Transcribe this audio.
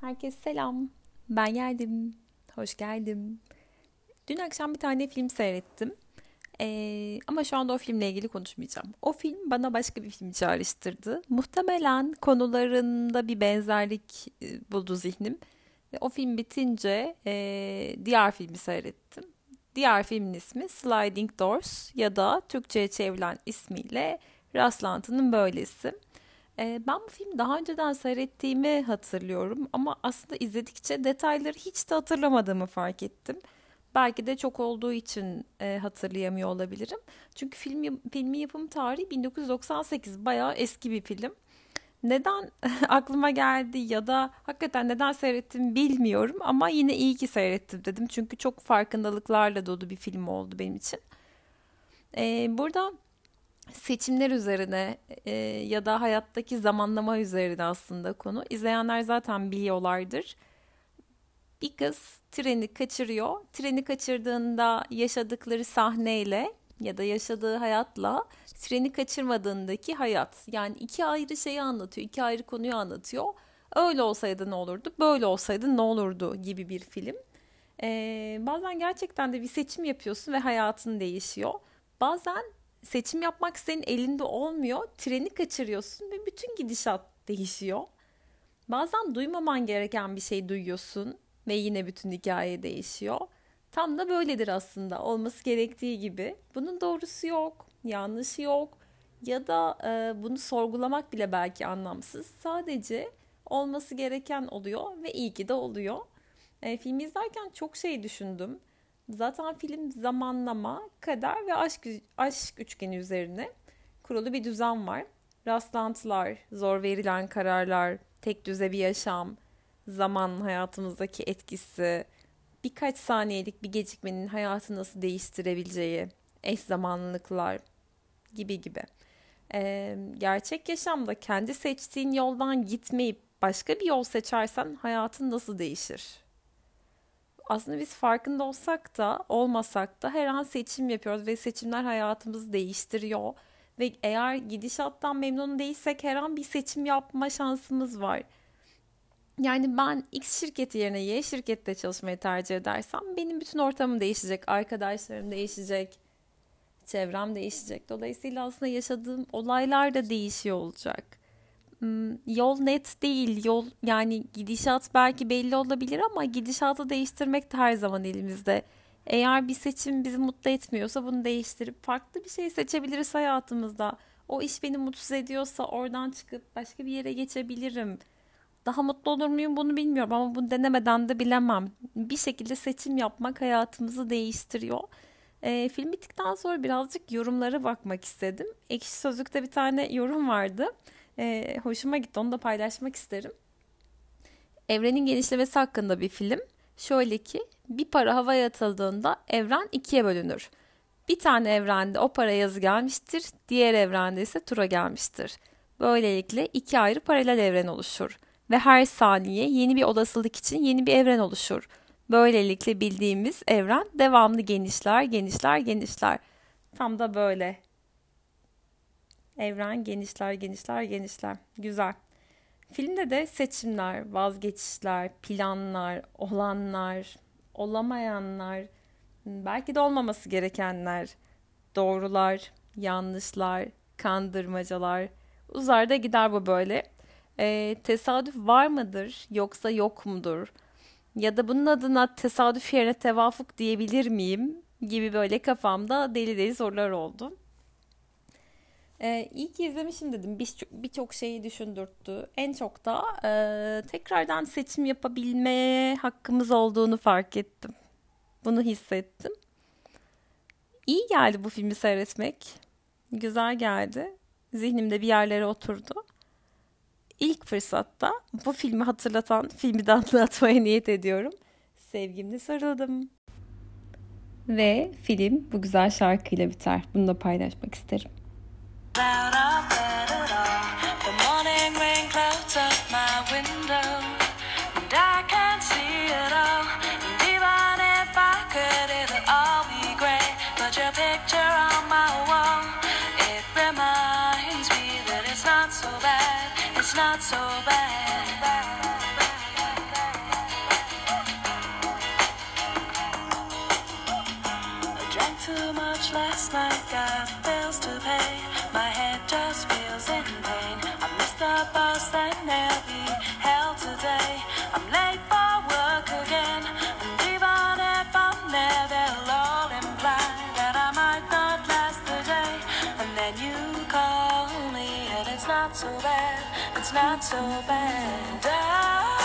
Herkese selam. Ben geldim. Hoş geldim. Dün akşam bir tane film seyrettim. Ama şu anda o filmle ilgili konuşmayacağım. O film bana başka bir film çağrıştırdı. Muhtemelen konularında bir benzerlik buldu zihnim. Ve o film bitince diğer filmi seyrettim. Diğer filmin ismi Sliding Doors ya da Türkçe'ye çevrilen ismiyle Rastlantının Böylesi. Ben bu filmi daha önceden seyrettiğimi hatırlıyorum ama aslında izledikçe detayları hiç de hatırlamadığımı fark ettim. Belki de çok olduğu için hatırlayamıyor olabilirim. Çünkü filmin yapım tarihi 1998, bayağı eski bir film. Neden aklıma geldi ya da hakikaten neden seyrettim bilmiyorum ama yine iyi ki seyrettim dedim. Çünkü çok farkındalıklarla dolu bir film oldu benim için. Burada seçimler üzerine ya da hayattaki zamanlama üzerine aslında konu. İzleyenler zaten biliyorlardır. Bir kız treni kaçırıyor. Treni kaçırdığında yaşadıkları sahneyle ya da yaşadığı hayatla treni kaçırmadığındaki hayat. Yani iki ayrı şeyi anlatıyor, iki ayrı konuyu anlatıyor. Öyle olsaydı ne olurdu, böyle olsaydı ne olurdu gibi bir film. Bazen gerçekten de bir seçim yapıyorsun ve hayatın değişiyor. Bazen seçim yapmak senin elinde olmuyor. Treni kaçırıyorsun ve bütün gidişat değişiyor. Bazen duymaman gereken bir şey duyuyorsun ve yine bütün hikaye değişiyor. Tam da böyledir aslında, olması gerektiği gibi. Bunun doğrusu yok, yanlışı yok ya da bunu sorgulamak bile belki anlamsız. Sadece olması gereken oluyor ve iyi ki de oluyor. Filmi izlerken çok şey düşündüm. Zaten film zamanlama, kader ve aşk üçgeni üzerine kurulu bir düzen var. Rastlantılar, zor verilen kararlar, tek düze bir yaşam, zaman hayatımızdaki etkisi, birkaç saniyelik bir gecikmenin hayatı nasıl değiştirebileceği, eş zamanlılıklar gibi gibi. Gerçek yaşamda kendi seçtiğin yoldan gitmeyip başka bir yol seçersen hayatın nasıl değişir? Aslında biz farkında olsak da olmasak da her an seçim yapıyoruz ve seçimler hayatımızı değiştiriyor. Ve eğer gidişattan memnun değilsek her an bir seçim yapma şansımız var. Yani ben X şirketi yerine Y şirkette çalışmayı tercih edersem benim bütün ortamım değişecek, arkadaşlarım değişecek, çevrem değişecek. Dolayısıyla aslında yaşadığım olaylar da değişiyor olacak. Yol net değil. Yol yani gidişat belki belli olabilir ama gidişatı değiştirmek de her zaman elimizde. Eğer bir seçim bizi mutlu etmiyorsa bunu değiştirip farklı bir şey seçebiliriz hayatımızda. O iş beni mutsuz ediyorsa oradan çıkıp başka bir yere geçebilirim. Daha mutlu olur muyum bunu bilmiyorum ama bunu denemeden de bilemem. Bir şekilde seçim yapmak hayatımızı değiştiriyor. Film bittikten sonra birazcık yorumlara bakmak istedim. Ekşi Sözlük'te bir tane yorum vardı. Hoşuma gitti, onu da paylaşmak isterim. Evrenin genişlemesi hakkında bir film. Şöyle ki bir para havaya atıldığında evren ikiye bölünür. Bir tane evrende o para yazı gelmiştir, diğer evrende ise tura gelmiştir. Böylelikle iki ayrı paralel evren oluşur ve her saniye yeni bir olasılık için yeni bir evren oluşur. Böylelikle bildiğimiz evren devamlı genişler, genişler, genişler. Tam da böyle. Evren genişler, genişler, genişler. Güzel. Filmde de seçimler, vazgeçişler, planlar, olanlar, olamayanlar, belki de olmaması gerekenler, doğrular, yanlışlar, kandırmacalar. Uzar da gider bu böyle. Tesadüf var mıdır yoksa yok mudur? Ya da bunun adına tesadüf yerine tevafuk diyebilir miyim? Gibi böyle kafamda deli deli sorular oldu. İyi ki izlemişim dedim. Birçok şeyi düşündürttü. En çok da tekrardan seçim yapabilme hakkımız olduğunu fark ettim. Bunu hissettim. İyi geldi bu filmi seyretmek. Güzel geldi. Zihnimde bir yerlere oturdu. İlk fırsatta bu filmi hatırlatan filmi de anlatmaya niyet ediyorum. Sevgimle sarıldım. Ve film bu güzel şarkıyla biter. Bunu da paylaşmak isterim. Out of bed at all. The morning rain clouds up my window, and I can't see it all. And even if I could, it'll all be great. But your picture on my wall, it reminds me that it's not so bad. It's not so bad. too much last night, got bills to pay. My head just feels in pain. I missed the bus and there'll be hell today. I'm late for work again, and even if I'm there, they'll all imply that I might not last the day. And then you call me, and it's not so bad, it's not so bad.